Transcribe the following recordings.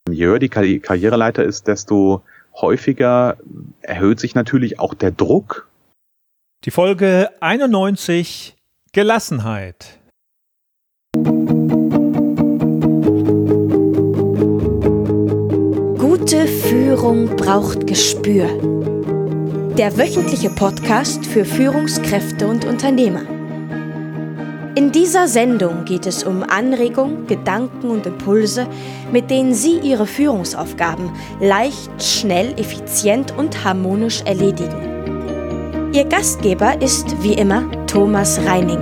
Je höher die Karriereleiter ist, desto häufiger erhöht sich natürlich auch der Druck. Die Folge 91: Gelassenheit. Gute Führung braucht Gespür. Der wöchentliche Podcast für Führungskräfte und Unternehmer. In dieser Sendung geht es um Anregungen, Gedanken und Impulse, mit denen Sie Ihre Führungsaufgaben leicht, schnell, effizient und harmonisch erledigen. Ihr Gastgeber ist wie immer Thomas Reining.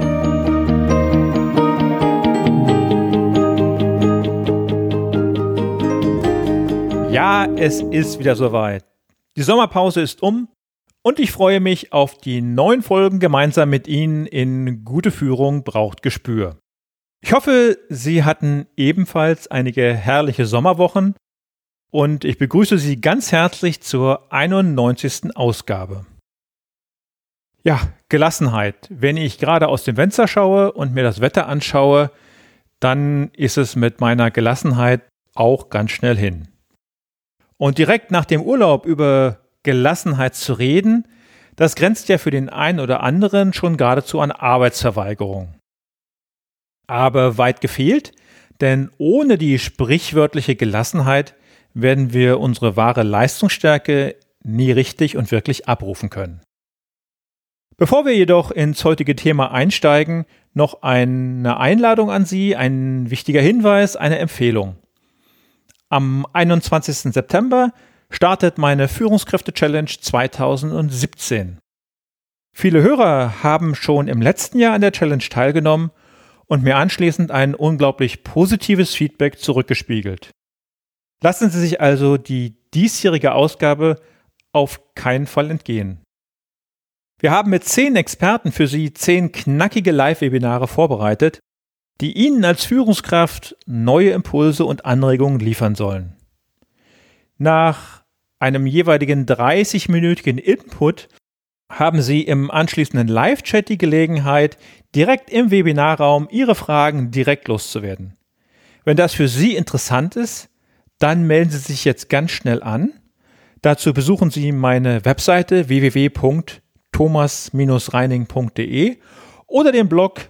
Ja, es ist wieder soweit. Die Sommerpause ist um und ich freue mich auf die 9 Folgen gemeinsam mit Ihnen in Gute Führung braucht Gespür. Ich hoffe, Sie hatten ebenfalls einige herrliche Sommerwochen und ich begrüße Sie ganz herzlich zur 91. Ausgabe. Ja, Gelassenheit. Wenn ich gerade aus dem Fenster schaue und mir das Wetter anschaue, dann ist es mit meiner Gelassenheit auch ganz schnell hin. Und direkt nach dem Urlaub über Gelassenheit zu reden, das grenzt ja für den einen oder anderen schon geradezu an Arbeitsverweigerung. Aber weit gefehlt, denn ohne die sprichwörtliche Gelassenheit werden wir unsere wahre Leistungsstärke nie richtig und wirklich abrufen können. Bevor wir jedoch ins heutige Thema einsteigen, noch eine Einladung an Sie, ein wichtiger Hinweis, eine Empfehlung. Am 21. September startet meine Führungskräfte-Challenge 2017. Viele Hörer haben schon im letzten Jahr an der Challenge teilgenommen und mir anschließend ein unglaublich positives Feedback zurückgespiegelt. Lassen Sie sich also die diesjährige Ausgabe auf keinen Fall entgehen. Wir haben mit 10 Experten für Sie 10 knackige Live-Webinare vorbereitet, die Ihnen als Führungskraft neue Impulse und Anregungen liefern sollen. Nach einem jeweiligen 30-minütigen Input haben Sie im anschließenden Live-Chat die Gelegenheit, direkt im Webinarraum Ihre Fragen direkt loszuwerden. Wenn das für Sie interessant ist, dann melden Sie sich jetzt ganz schnell an. Dazu besuchen Sie meine Webseite www.thomas-reining.de oder den Blog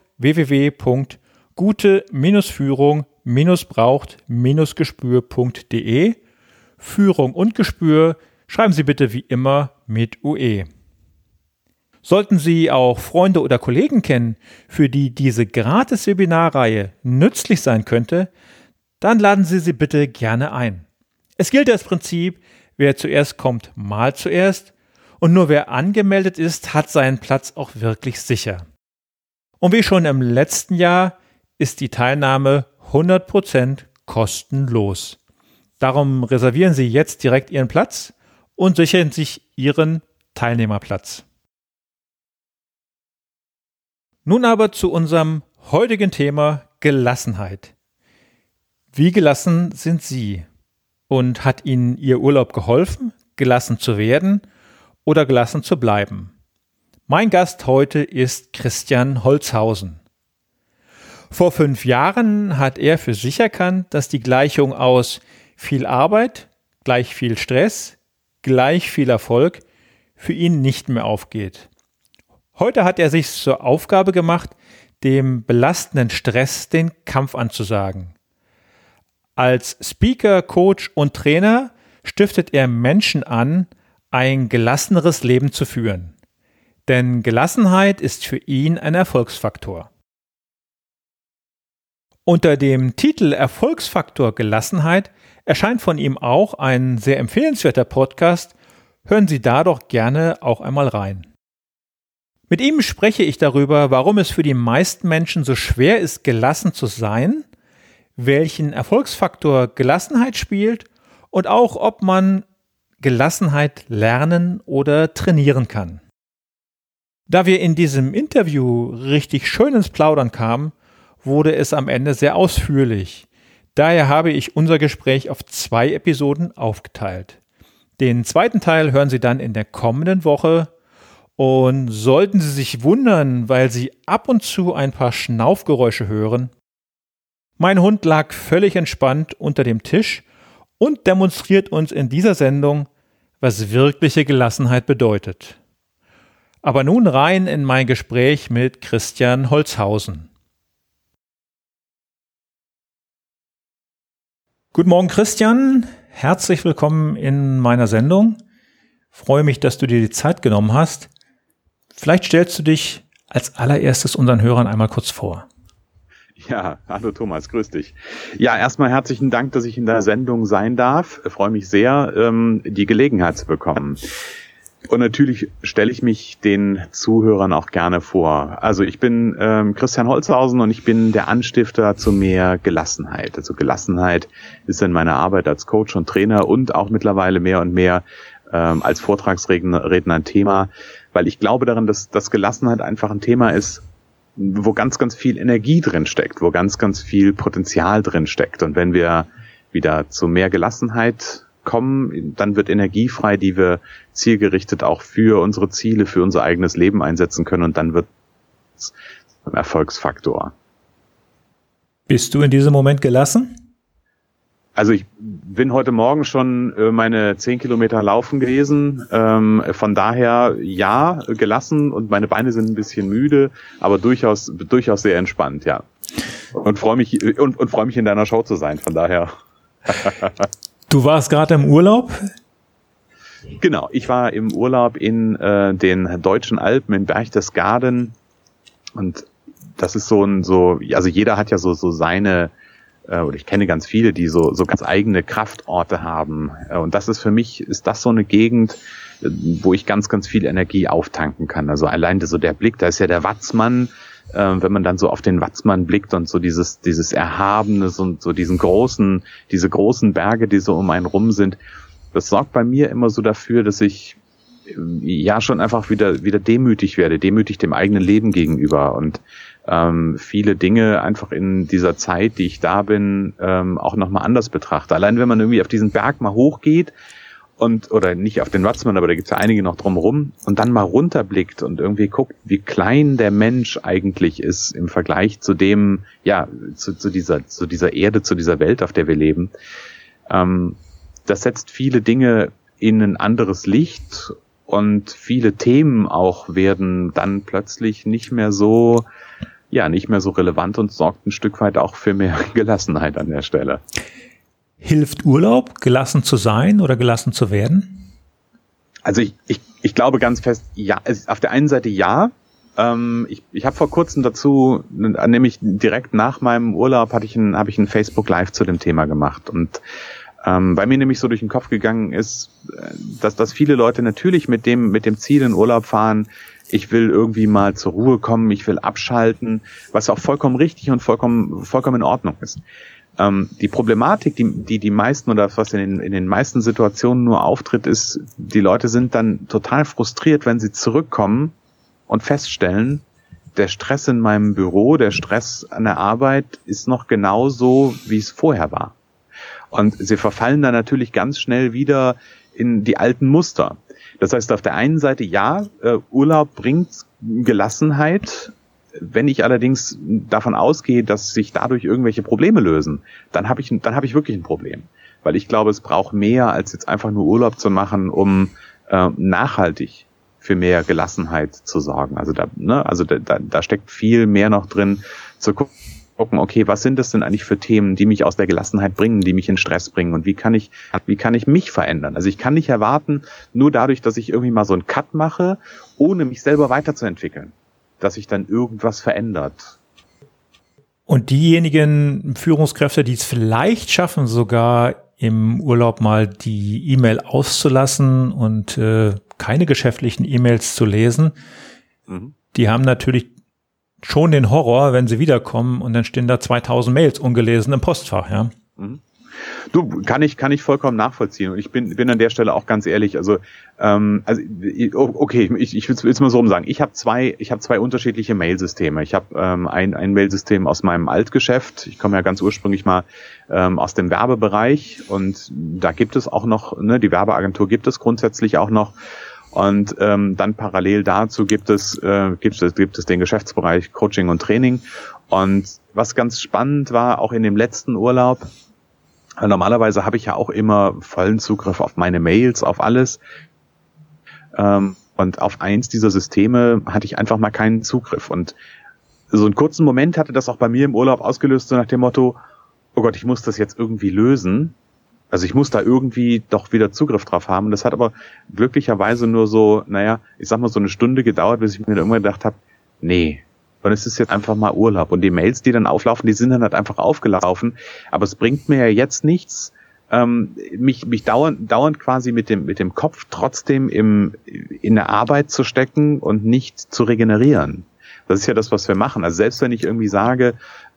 www.gute-führung-braucht-gespür.de. Führung und Gespür schreiben Sie bitte wie immer mit UE. Sollten Sie auch Freunde oder Kollegen kennen, für die diese Gratis-Webinarreihe nützlich sein könnte, dann laden Sie sie bitte gerne ein. Es gilt das Prinzip, wer zuerst kommt, mal zuerst, und nur wer angemeldet ist, hat seinen Platz auch wirklich sicher. Und wie schon im letzten Jahr ist die Teilnahme 100% kostenlos. Darum reservieren Sie jetzt direkt Ihren Platz und sichern sich Ihren Teilnehmerplatz. Nun aber zu unserem heutigen Thema Gelassenheit. Wie gelassen sind Sie? Und hat Ihnen Ihr Urlaub geholfen, gelassen zu werden oder gelassen zu bleiben? Mein Gast heute ist Christian Holzhausen. Vor 5 Jahren hat er für sich erkannt, dass die Gleichung aus viel Arbeit gleich viel Stress gleich viel Erfolg für ihn nicht mehr aufgeht. Heute hat er sich zur Aufgabe gemacht, dem belastenden Stress den Kampf anzusagen. Als Speaker, Coach und Trainer stiftet er Menschen an, ein gelasseneres Leben zu führen. Denn Gelassenheit ist für ihn ein Erfolgsfaktor. Unter dem Titel Erfolgsfaktor Gelassenheit erscheint von ihm auch ein sehr empfehlenswerter Podcast. Hören Sie da doch gerne auch einmal rein. Mit ihm spreche ich darüber, warum es für die meisten Menschen so schwer ist, gelassen zu sein, welchen Erfolgsfaktor Gelassenheit spielt und auch, ob man Gelassenheit lernen oder trainieren kann. Da wir in diesem Interview richtig schön ins Plaudern kamen, wurde es am Ende sehr ausführlich. Daher habe ich unser Gespräch auf 2 Episoden aufgeteilt. Den zweiten Teil hören Sie dann in der kommenden Woche. Und sollten Sie sich wundern, weil Sie ab und zu ein paar Schnaufgeräusche hören, mein Hund lag völlig entspannt unter dem Tisch und demonstriert uns in dieser Sendung, was wirkliche Gelassenheit bedeutet. Aber nun rein in mein Gespräch mit Christian Holzhausen. Guten Morgen, Christian. Herzlich willkommen in meiner Sendung. Freue mich, dass du dir die Zeit genommen hast. Vielleicht stellst du dich als allererstes unseren Hörern einmal kurz vor. Ja, hallo Thomas, grüß dich. Ja, erstmal herzlichen Dank, dass ich in der Sendung sein darf. Ich freue mich sehr, die Gelegenheit zu bekommen. Und natürlich stelle ich mich den Zuhörern auch gerne vor. Also ich bin Christian Holzhausen und ich bin der Anstifter zu mehr Gelassenheit. Also Gelassenheit ist in meiner Arbeit als Coach und Trainer und auch mittlerweile mehr und mehr als Vortragsredner ein Thema, weil ich glaube daran, dass Gelassenheit einfach ein Thema ist, wo ganz, ganz viel Energie drin steckt, wo ganz, ganz viel Potenzial drin steckt. Und wenn wir wieder zu mehr Gelassenheit kommen, dann wird Energie frei, die wir zielgerichtet auch für unsere Ziele, für unser eigenes Leben einsetzen können. Und dann wird es ein Erfolgsfaktor. Bist du in diesem Moment gelassen? Also ich bin heute Morgen schon meine 10 Kilometer laufen gewesen. Von daher ja, gelassen und meine Beine sind ein bisschen müde, aber durchaus sehr entspannt, ja. Und freue mich in deiner Show zu sein. Von daher. Du warst gerade im Urlaub? Genau, ich war im Urlaub in den deutschen Alpen in Berchtesgaden und das ist also jeder hat ja so seine, oder ich kenne ganz viele, die so ganz eigene Kraftorte haben. Und das ist für mich, ist das so eine Gegend, wo ich ganz, ganz viel Energie auftanken kann. Also allein so der Blick, da ist ja der Watzmann, wenn man dann so auf den Watzmann blickt und so dieses Erhabene und so diese großen Berge, die so um einen rum sind, das sorgt bei mir immer so dafür, dass ich ja schon einfach wieder demütig werde, demütig dem eigenen Leben gegenüber und viele Dinge einfach in dieser Zeit, die ich da bin, auch nochmal anders betrachte. Allein wenn man irgendwie auf diesen Berg mal hochgeht oder nicht auf den Watzmann, aber da gibt's ja einige noch drumherum und dann mal runterblickt und irgendwie guckt, wie klein der Mensch eigentlich ist im Vergleich zu dem, ja, zu dieser Erde, zu dieser Welt, auf der wir leben. Das setzt viele Dinge in ein anderes Licht und viele Themen auch werden dann plötzlich nicht mehr so relevant und sorgt ein Stück weit auch für mehr Gelassenheit an der Stelle. Hilft Urlaub, gelassen zu sein oder gelassen zu werden? Also ich glaube ganz fest, ja, auf der einen Seite ja. Ich habe vor kurzem dazu, nämlich direkt nach meinem Urlaub, habe ich ein Facebook Live zu dem Thema gemacht und weil mir nämlich so durch den Kopf gegangen ist, dass viele Leute natürlich mit dem Ziel in Urlaub fahren, ich will irgendwie mal zur Ruhe kommen, ich will abschalten, was auch vollkommen richtig und vollkommen in Ordnung ist. Die Problematik, die meisten oder was in den meisten Situationen nur auftritt, ist, die Leute sind dann total frustriert, wenn sie zurückkommen und feststellen, der Stress in meinem Büro, der Stress an der Arbeit ist noch genauso, wie es vorher war. Und sie verfallen dann natürlich ganz schnell wieder in die alten Muster. Das heißt, auf der einen Seite ja, Urlaub bringt Gelassenheit. Wenn ich allerdings davon ausgehe, dass sich dadurch irgendwelche Probleme lösen, dann habe ich wirklich ein Problem. Weil ich glaube, es braucht mehr, als jetzt einfach nur Urlaub zu machen, um nachhaltig für mehr Gelassenheit zu sorgen. Also da steckt viel mehr noch drin, zu gucken, okay, was sind das denn eigentlich für Themen, die mich aus der Gelassenheit bringen, die mich in Stress bringen und wie kann ich mich verändern? Also ich kann nicht erwarten, nur dadurch, dass ich irgendwie mal so einen Cut mache, ohne mich selber weiterzuentwickeln, dass sich dann irgendwas verändert. Und diejenigen Führungskräfte, die es vielleicht schaffen, sogar im Urlaub mal die E-Mail auszulassen und keine geschäftlichen E-Mails zu lesen, die haben natürlich schon den Horror, wenn sie wiederkommen und dann stehen da 2000 Mails ungelesen im Postfach, ja. Du, kann ich vollkommen nachvollziehen. Und ich bin an der Stelle auch ganz ehrlich, ich will es mal so rum sagen. Ich habe zwei unterschiedliche Mailsysteme. Ich habe ein Mailsystem aus meinem Altgeschäft. Ich komme ja ganz ursprünglich mal aus dem Werbebereich und da gibt es auch noch, die Werbeagentur gibt es grundsätzlich auch noch. Und dann parallel dazu gibt es den Geschäftsbereich Coaching und Training. Und was ganz spannend war, auch in dem letzten Urlaub, Weil normalerweise habe ich ja auch immer vollen Zugriff auf meine Mails, auf alles. Und auf eins dieser Systeme hatte ich einfach mal keinen Zugriff. Und so einen kurzen Moment hatte das auch bei mir im Urlaub ausgelöst, so nach dem Motto, oh Gott, ich muss das jetzt irgendwie lösen. Also ich muss da irgendwie doch wieder Zugriff drauf haben. Und das hat aber glücklicherweise nur so, ich sag mal so eine Stunde gedauert, bis ich mir irgendwann gedacht habe, nee. Und es ist jetzt einfach mal Urlaub. Und die Mails, die dann auflaufen, die sind dann halt einfach aufgelaufen. Aber es bringt mir ja jetzt nichts, mich dauernd quasi mit dem Kopf trotzdem in der Arbeit zu stecken und nicht zu regenerieren. Das ist ja das, was wir machen. Also selbst wenn ich irgendwie sage,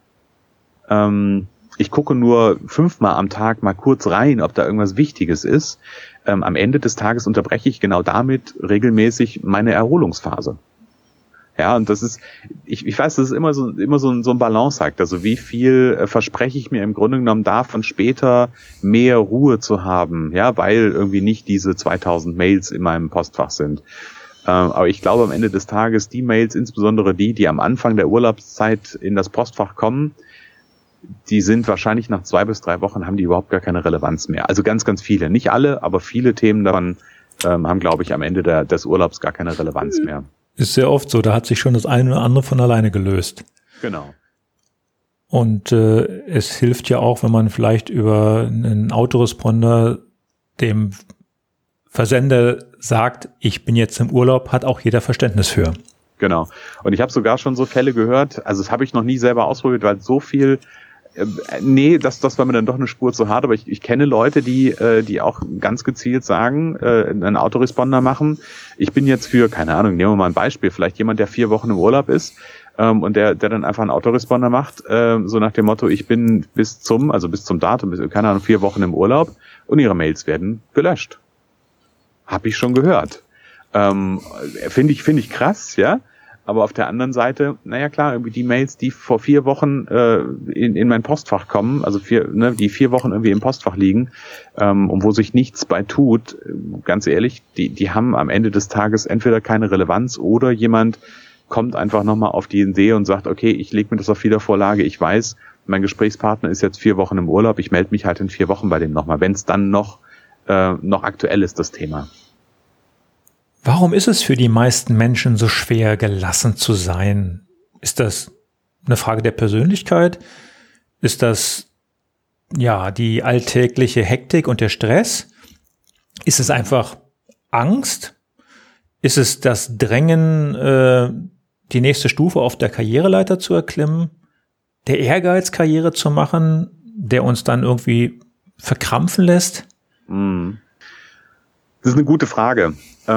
ich gucke nur 5-mal am Tag mal kurz rein, ob da irgendwas Wichtiges ist, am Ende des Tages unterbreche ich genau damit regelmäßig meine Erholungsphase. Ja, und das ist, ich weiß, das ist immer so ein Balanceakt. Also wie viel verspreche ich mir im Grunde genommen davon, später mehr Ruhe zu haben, ja, weil irgendwie nicht diese 2000 Mails in meinem Postfach sind. Aber ich glaube am Ende des Tages, die Mails, insbesondere die am Anfang der Urlaubszeit in das Postfach kommen, die sind wahrscheinlich nach 2 bis 3 Wochen, haben die überhaupt gar keine Relevanz mehr. Also ganz, ganz viele. Nicht alle, aber viele Themen davon haben, glaube ich, am Ende des Urlaubs gar keine Relevanz mehr. Ist sehr oft so, da hat sich schon das eine oder andere von alleine gelöst. Genau. Und es hilft ja auch, wenn man vielleicht über einen Autoresponder dem Versender sagt, ich bin jetzt im Urlaub, hat auch jeder Verständnis für. Genau. Und ich habe sogar schon so Fälle gehört, also das habe ich noch nie selber ausprobiert, weil so viel, das war mir dann doch eine Spur zu hart, aber ich kenne Leute, die auch ganz gezielt sagen, einen Autoresponder machen. Ich bin jetzt für, keine Ahnung, nehmen wir mal ein Beispiel, vielleicht jemand, der 4 Wochen im Urlaub ist, und der dann einfach einen Autoresponder macht, so nach dem Motto, ich bin bis zum Datum, keine Ahnung, 4 Wochen im Urlaub und ihre Mails werden gelöscht. Hab ich schon gehört. Finde ich krass, ja. Aber auf der anderen Seite, klar, irgendwie die Mails, die vor 4 Wochen in mein Postfach kommen, also die 4 Wochen irgendwie im Postfach liegen, und wo sich nichts bei tut, ganz ehrlich, die haben am Ende des Tages entweder keine Relevanz oder jemand kommt einfach nochmal auf die Idee und sagt, okay, ich lege mir das auf Wiedervorlage, ich weiß, mein Gesprächspartner ist jetzt 4 Wochen im Urlaub, ich melde mich halt in 4 Wochen bei dem nochmal, wenn es dann noch aktuell ist, das Thema. Warum ist es für die meisten Menschen so schwer, gelassen zu sein? Ist das eine Frage der Persönlichkeit? Ist das die alltägliche Hektik und der Stress? Ist es einfach Angst? Ist es das Drängen, die nächste Stufe auf der Karriereleiter zu erklimmen? Der Ehrgeiz, Karriere zu machen, der uns dann irgendwie verkrampfen lässt? Das ist eine gute Frage.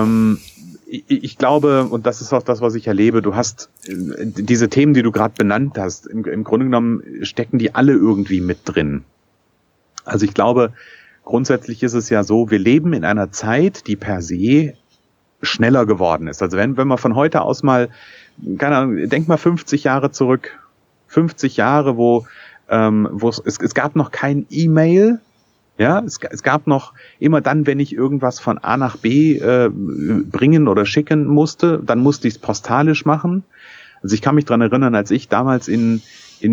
Ich glaube, und das ist auch das, was ich erlebe, du hast diese Themen, die du gerade benannt hast, im Grunde genommen stecken die alle irgendwie mit drin. Also ich glaube, grundsätzlich ist es ja so, wir leben in einer Zeit, die per se schneller geworden ist. Also wenn man von heute aus mal, keine Ahnung, denk mal 50 Jahre zurück, 50 Jahre, wo es gab noch kein E-Mail. Ja, es gab noch immer dann, wenn ich irgendwas von A nach B bringen oder schicken musste, dann musste ich es postalisch machen. Also ich kann mich dran erinnern, als ich damals in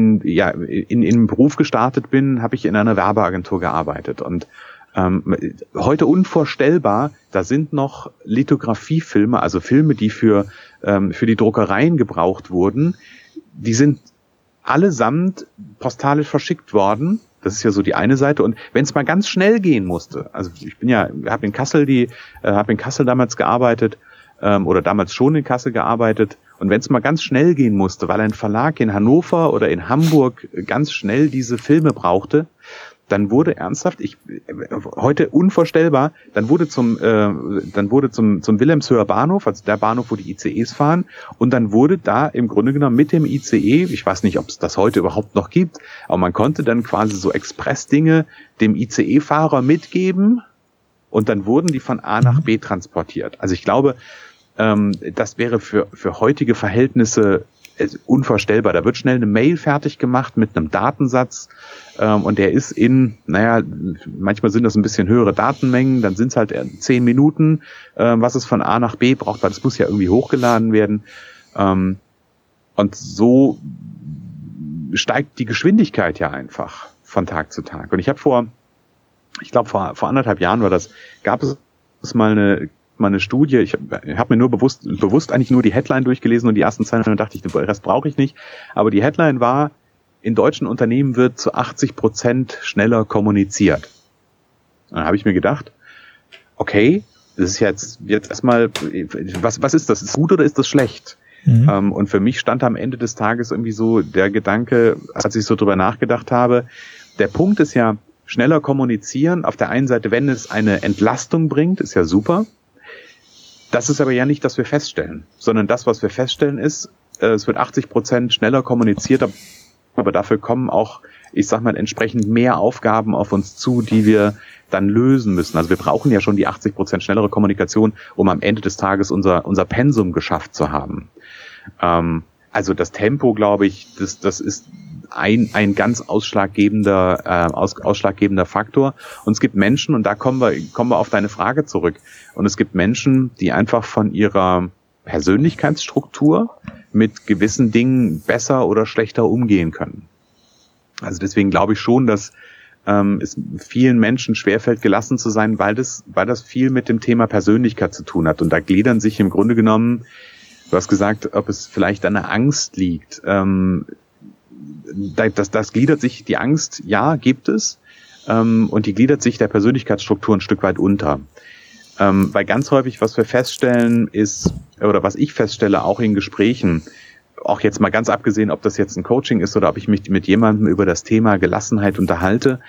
einen Beruf gestartet bin, habe ich in einer Werbeagentur gearbeitet und heute unvorstellbar, da sind noch Lithografiefilme, also Filme, die für die Druckereien gebraucht wurden, die sind allesamt postalisch verschickt worden. Das ist ja so die eine Seite. Und wenn es mal ganz schnell gehen musste, also ich habe in Kassel damals gearbeitet, oder damals schon in Kassel gearbeitet. Und wenn es mal ganz schnell gehen musste, weil ein Verlag in Hannover oder in Hamburg ganz schnell diese Filme brauchte, dann wurde ernsthaft, heute unvorstellbar, dann wurde zum Wilhelmshöher Bahnhof, also der Bahnhof, wo die ICEs fahren, und dann wurde da im Grunde genommen mit dem ICE, ich weiß nicht, ob es das heute überhaupt noch gibt, aber man konnte dann quasi so Expressdinge dem ICE-Fahrer mitgeben und dann wurden die von A nach B transportiert. Also ich glaube, das wäre für heutige Verhältnisse unvorstellbar. Da wird schnell eine Mail fertig gemacht mit einem Datensatz, und der ist manchmal sind das ein bisschen höhere Datenmengen, dann sind es halt 10 Minuten, was es von A nach B braucht, weil das muss ja irgendwie hochgeladen werden. Und so steigt die Geschwindigkeit ja einfach von Tag zu Tag. Und ich habe vor ich glaube vor 1,5 Jahren war das, gab es mal eine Studie, ich hab mir nur bewusst eigentlich nur die Headline durchgelesen und die ersten Zeilen und dachte ich, den Rest brauche ich nicht. Aber die Headline war, in deutschen Unternehmen wird zu 80% schneller kommuniziert. Dann habe ich mir gedacht, okay, das ist jetzt erstmal, was ist das? Ist das gut oder ist das schlecht? Mhm. Und für mich stand am Ende des Tages irgendwie so der Gedanke, als ich so drüber nachgedacht habe, der Punkt ist ja, schneller kommunizieren, auf der einen Seite, wenn es eine Entlastung bringt, ist ja super. Das ist aber ja nicht, dass wir feststellen, sondern das, was wir feststellen ist, es wird 80% schneller kommuniziert, aber dafür kommen auch, ich sag mal, entsprechend mehr Aufgaben auf uns zu, die wir dann lösen müssen. Also wir brauchen ja schon die 80% schnellere Kommunikation, um am Ende des Tages unser Pensum geschafft zu haben. Also das Tempo, glaube ich, das ist ein ganz ausschlaggebender Faktor. Und es gibt Menschen, und da kommen wir auf deine Frage zurück. Und es gibt Menschen, die einfach von ihrer Persönlichkeitsstruktur mit gewissen Dingen besser oder schlechter umgehen können. Also deswegen glaube ich schon, dass es vielen Menschen schwerfällt, gelassen zu sein, weil das viel mit dem Thema Persönlichkeit zu tun hat. Und da gliedern sich im Grunde genommen, du hast gesagt, ob es vielleicht an der Angst liegt. Das gliedert sich, die Angst, ja, gibt es, und die gliedert sich der Persönlichkeitsstruktur ein Stück weit unter. Weil ganz häufig, was wir feststellen ist, oder was ich feststelle, auch in Gesprächen, auch jetzt mal ganz abgesehen, ob das jetzt ein Coaching ist oder ob ich mich mit jemandem über das Thema Gelassenheit unterhalte,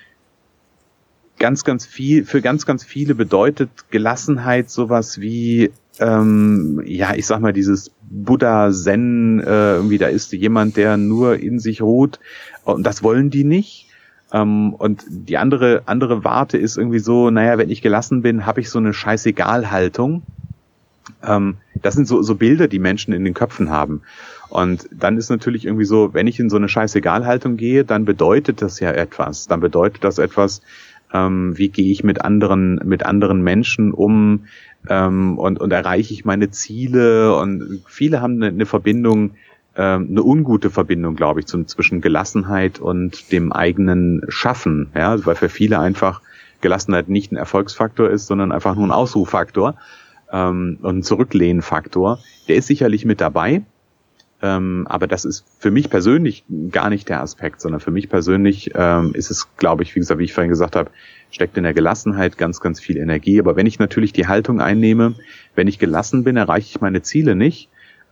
ganz viele bedeutet Gelassenheit sowas wie, ich sag mal, dieses Buddha-Zen, irgendwie, da ist jemand, der nur in sich ruht, und das wollen die nicht. Und die andere Warte ist irgendwie so, naja, wenn ich gelassen bin, habe ich so eine Scheißegal-Haltung. Das sind so Bilder, die Menschen in den Köpfen haben. Und dann ist natürlich irgendwie so, wenn ich in so eine Scheißegal-Haltung gehe, dann bedeutet das ja etwas. Dann bedeutet das etwas, wie gehe ich mit anderen Menschen um, und erreiche ich meine Ziele. Und viele haben eine Verbindung, eine ungute Verbindung, glaube ich, zwischen Gelassenheit und dem eigenen Schaffen. Ja, weil für viele einfach Gelassenheit nicht ein Erfolgsfaktor ist, sondern einfach nur ein Ausruhfaktor. Und ein Zurücklehnfaktor, der ist sicherlich mit dabei, aber das ist für mich persönlich gar nicht der Aspekt, sondern für mich persönlich ist es, glaube ich, wie gesagt, wie ich vorhin gesagt habe, steckt in der Gelassenheit ganz, ganz viel Energie. Aber wenn ich natürlich die Haltung einnehme, wenn ich gelassen bin, erreiche ich meine Ziele nicht.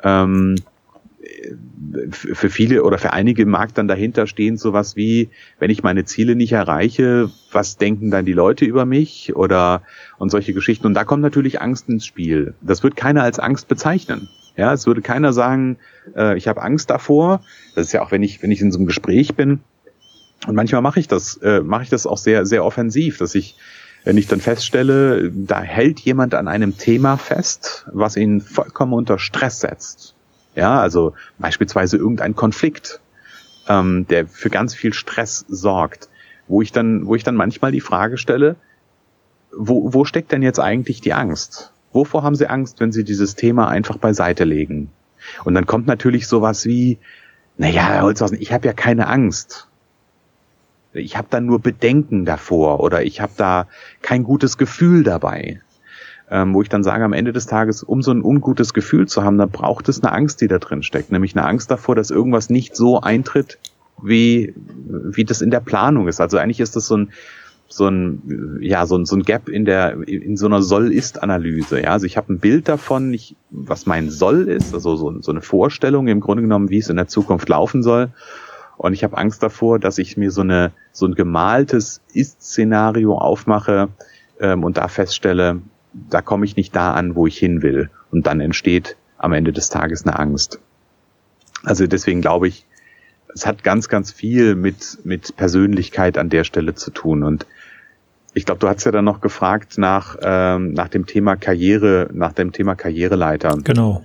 Für viele oder für einige mag dann dahinter stehen sowas wie, wenn ich meine Ziele nicht erreiche, was denken dann die Leute über mich und solche Geschichten. Und da kommt natürlich Angst ins Spiel. Das wird keiner als Angst bezeichnen. Ja, es würde keiner sagen, ich habe Angst davor. Das ist ja auch, wenn ich in so einem Gespräch bin. Und manchmal mache ich das auch sehr, sehr offensiv, dass wenn ich dann feststelle, da hält jemand an einem Thema fest, was ihn vollkommen unter Stress setzt. Ja, also beispielsweise irgendein Konflikt, der für ganz viel Stress sorgt, wo ich dann manchmal die Frage stelle, wo steckt denn jetzt eigentlich die Angst? Wovor haben Sie Angst, wenn Sie dieses Thema einfach beiseite legen? Und dann kommt natürlich sowas wie, naja, Herr Holzhausen, ich habe ja keine Angst. Ich habe da nur Bedenken davor oder ich habe da kein gutes Gefühl dabei. Wo ich dann sage, am Ende des Tages, um so ein ungutes Gefühl zu haben, dann braucht es eine Angst, die da drin steckt. Nämlich eine Angst davor, dass irgendwas nicht so eintritt, wie das in der Planung ist. Also eigentlich ist das so ein Gap in so einer Soll-Ist-Analyse. Ja, also ich habe ein Bild davon, was mein Soll ist, also so eine Vorstellung im Grunde genommen, wie es in der Zukunft laufen soll. Und ich habe Angst davor, dass ich mir so ein gemaltes Ist-Szenario aufmache und da feststelle, da komme ich nicht da an, wo ich hin will. Und dann entsteht am Ende des Tages eine Angst. Also deswegen glaube ich, es hat ganz, ganz viel mit Persönlichkeit an der Stelle zu tun. Und ich glaube, du hast ja dann noch gefragt nach dem Thema Karriereleiter. Genau.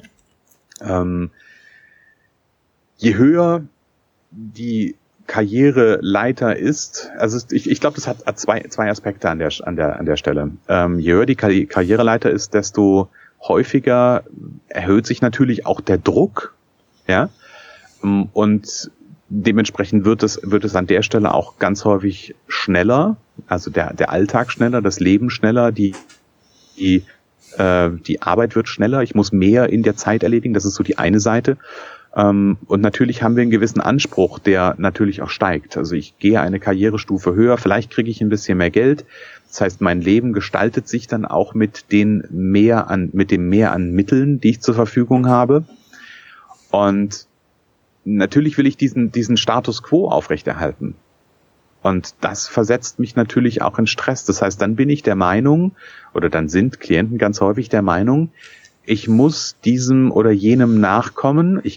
Je höher die Karriereleiter ist, also ich glaube, das hat zwei Aspekte an der Stelle. Je höher die Karriereleiter ist, desto häufiger erhöht sich natürlich auch der Druck, ja, und dementsprechend wird es an der Stelle auch ganz häufig schneller, also der Alltag schneller, das Leben schneller, die Arbeit wird schneller, ich muss mehr in der Zeit erledigen, das ist so die eine Seite. Und natürlich haben wir einen gewissen Anspruch, der natürlich auch steigt. Also ich gehe eine Karrierestufe höher, vielleicht kriege ich ein bisschen mehr Geld. Das heißt, mein Leben gestaltet sich dann auch mit dem mehr an Mitteln, die ich zur Verfügung habe. Und natürlich will ich diesen Status quo aufrechterhalten. Und das versetzt mich natürlich auch in Stress. Das heißt, dann bin ich der Meinung, oder dann sind Klienten ganz häufig der Meinung, ich muss diesem oder jenem nachkommen. Ich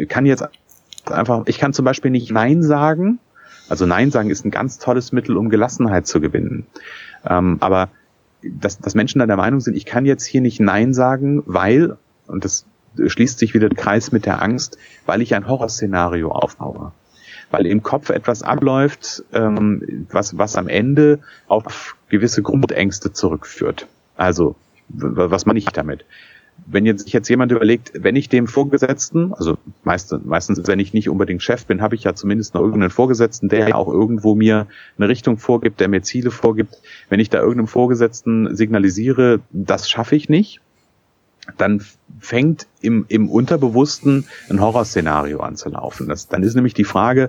kann zum Beispiel nicht Nein sagen. Also Nein sagen ist ein ganz tolles Mittel, um Gelassenheit zu gewinnen. Aber dass Menschen dann der Meinung sind, ich kann jetzt hier nicht Nein sagen, weil, und das schließt sich wieder der Kreis mit der Angst, weil ich ein Horrorszenario aufbaue. Weil im Kopf etwas abläuft, was am Ende auf gewisse Grundängste zurückführt. Also, was meine ich damit? Wenn sich jetzt jemand überlegt, wenn ich dem Vorgesetzten, also meistens, wenn ich nicht unbedingt Chef bin, habe ich ja zumindest noch irgendeinen Vorgesetzten, der ja auch irgendwo mir eine Richtung vorgibt, der mir Ziele vorgibt. Wenn ich da irgendeinem Vorgesetzten signalisiere, das schaffe ich nicht, dann fängt im Unterbewussten ein Horrorszenario an zu laufen. Dann ist nämlich die Frage,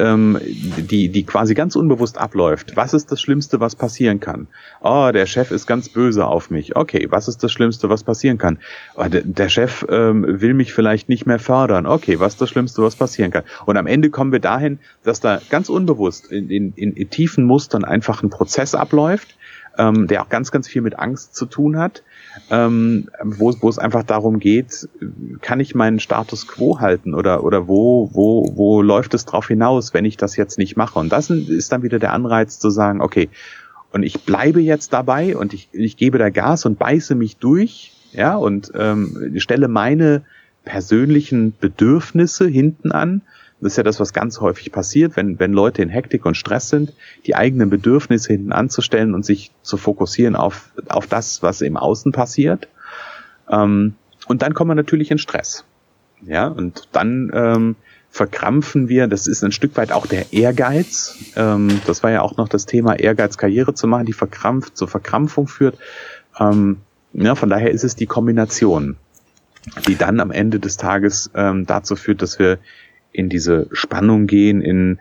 die quasi ganz unbewusst abläuft. Was ist das Schlimmste, was passieren kann? Oh, der Chef ist ganz böse auf mich. Okay, was ist das Schlimmste, was passieren kann? Oh, der Chef will mich vielleicht nicht mehr fördern. Okay, was ist das Schlimmste, was passieren kann? Und am Ende kommen wir dahin, dass da ganz unbewusst in tiefen Mustern einfach ein Prozess abläuft, der auch ganz, ganz viel mit Angst zu tun hat, wo es einfach darum geht, kann ich meinen Status quo halten oder wo läuft es drauf hinaus, wenn ich das jetzt nicht mache? Und das ist dann wieder der Anreiz zu sagen, okay, und ich bleibe jetzt dabei und ich gebe da Gas und beiße mich durch, ja, und stelle meine persönlichen Bedürfnisse hinten an. Das ist ja das, was ganz häufig passiert, wenn Leute in Hektik und Stress sind, die eigenen Bedürfnisse hinten anzustellen und sich zu fokussieren auf das, was im Außen passiert. Und dann kommen wir natürlich in Stress. Ja, und dann verkrampfen wir, das ist ein Stück weit auch der Ehrgeiz. Das war ja auch noch das Thema, Ehrgeiz, Karriere zu machen, die zur Verkrampfung führt. Ja, von daher ist es die Kombination, die dann am Ende des Tages dazu führt, dass wir in diese Spannung gehen, in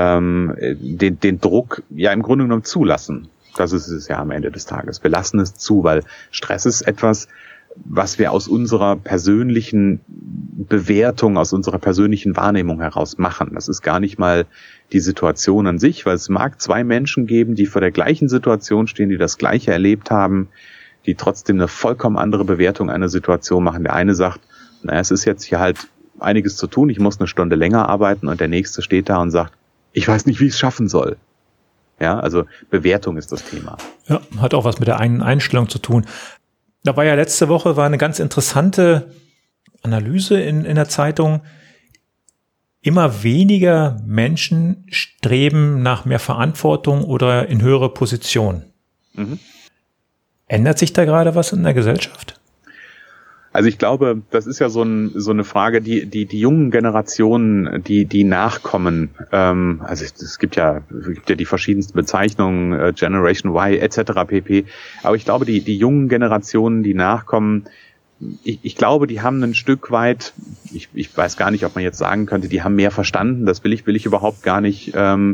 den Druck ja im Grunde genommen zulassen. Das ist es ja am Ende des Tages. Wir lassen es zu, weil Stress ist etwas, was wir aus unserer persönlichen Bewertung, aus unserer persönlichen Wahrnehmung heraus machen. Das ist gar nicht mal die Situation an sich, weil es mag zwei Menschen geben, die vor der gleichen Situation stehen, die das Gleiche erlebt haben, die trotzdem eine vollkommen andere Bewertung einer Situation machen. Der eine sagt, es ist jetzt hier halt einiges zu tun, ich muss eine Stunde länger arbeiten, und der nächste steht da und sagt, ich weiß nicht, wie ich es schaffen soll. Ja, also Bewertung ist das Thema. Ja, hat auch was mit der eigenen Einstellung zu tun. Da war ja letzte Woche eine ganz interessante Analyse in der Zeitung. Immer weniger Menschen streben nach mehr Verantwortung oder in höhere Position. Mhm. Ändert sich da gerade was in der Gesellschaft? Also ich glaube, das ist ja so eine Frage, die jungen Generationen, die nachkommen, also es gibt ja die verschiedensten Bezeichnungen, Generation Y etc. pp. Aber ich glaube, die jungen Generationen, die nachkommen, ich glaube, die haben ein Stück weit, ich weiß gar nicht, ob man jetzt sagen könnte, die haben mehr verstanden. Das will ich überhaupt gar nicht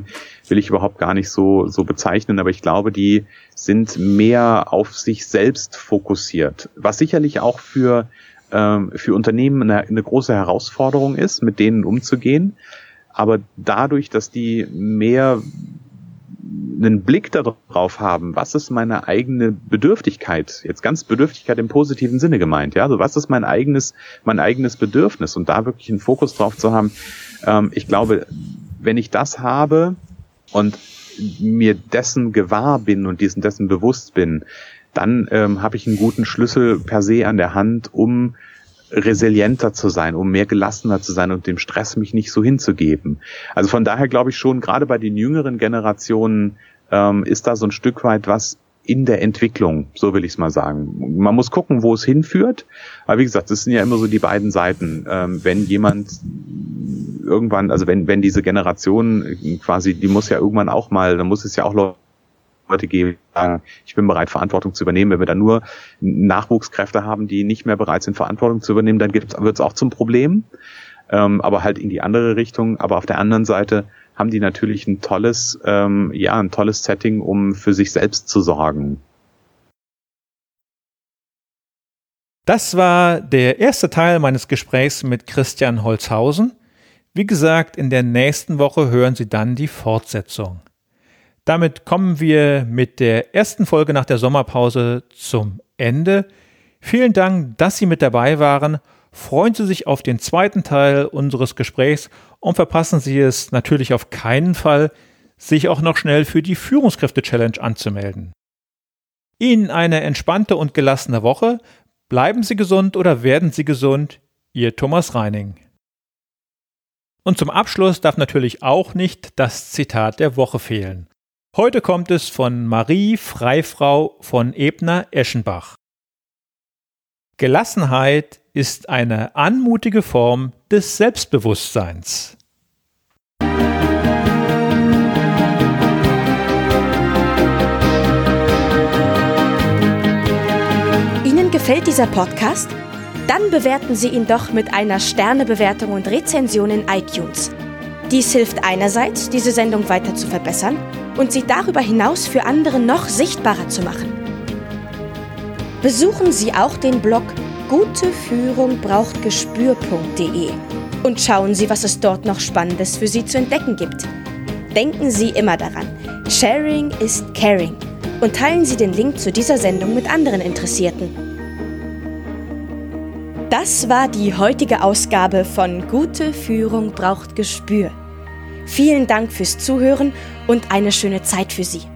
so bezeichnen. Aber ich glaube, die sind mehr auf sich selbst fokussiert. Was sicherlich auch für Unternehmen eine große Herausforderung ist, mit denen umzugehen. Aber dadurch, dass die mehr einen Blick darauf haben, was ist meine eigene Bedürftigkeit, jetzt ganz Bedürftigkeit im positiven Sinne gemeint, ja, also was ist mein eigenes Bedürfnis, und da wirklich einen Fokus drauf zu haben. Ich glaube, wenn ich das habe und mir dessen gewahr bin und dessen bewusst bin, dann habe ich einen guten Schlüssel per se an der Hand, um resilienter zu sein, um mehr gelassener zu sein und dem Stress mich nicht so hinzugeben. Also von daher glaube ich schon, gerade bei den jüngeren Generationen ist da so ein Stück weit was in der Entwicklung, so will ich es mal sagen. Man muss gucken, wo es hinführt. Aber wie gesagt, das sind ja immer so die beiden Seiten. Wenn jemand irgendwann, also wenn diese Generation quasi, die muss ja irgendwann auch mal, dann muss es ja auch Leute geben, die sagen, ich bin bereit, Verantwortung zu übernehmen. Wenn wir dann nur Nachwuchskräfte haben, die nicht mehr bereit sind, Verantwortung zu übernehmen, dann wird es auch zum Problem. Aber halt in die andere Richtung. Aber auf der anderen Seite haben die natürlich ein tolles Setting, um für sich selbst zu sorgen. Das war der erste Teil meines Gesprächs mit Christian Holzhausen. Wie gesagt, in der nächsten Woche hören Sie dann die Fortsetzung. Damit kommen wir mit der ersten Folge nach der Sommerpause zum Ende. Vielen Dank, dass Sie mit dabei waren. Freuen Sie sich auf den zweiten Teil unseres Gesprächs und verpassen Sie es natürlich auf keinen Fall, sich auch noch schnell für die Führungskräfte-Challenge anzumelden. Ihnen eine entspannte und gelassene Woche. Bleiben Sie gesund oder werden Sie gesund. Ihr Thomas Reining. Und zum Abschluss darf natürlich auch nicht das Zitat der Woche fehlen. Heute kommt es von Marie Freifrau von Ebner-Eschenbach. Gelassenheit ist eine anmutige Form des Selbstbewusstseins. Ihnen gefällt dieser Podcast? Dann bewerten Sie ihn doch mit einer Sternebewertung und Rezension in iTunes. Dies hilft einerseits, diese Sendung weiter zu verbessern und sie darüber hinaus für andere noch sichtbarer zu machen. Besuchen Sie auch den Blog guteführungbrauchtgespür.de und schauen Sie, was es dort noch Spannendes für Sie zu entdecken gibt. Denken Sie immer daran, Sharing ist Caring und teilen Sie den Link zu dieser Sendung mit anderen Interessierten. Das war die heutige Ausgabe von Gute Führung braucht Gespür. Vielen Dank fürs Zuhören und eine schöne Zeit für Sie.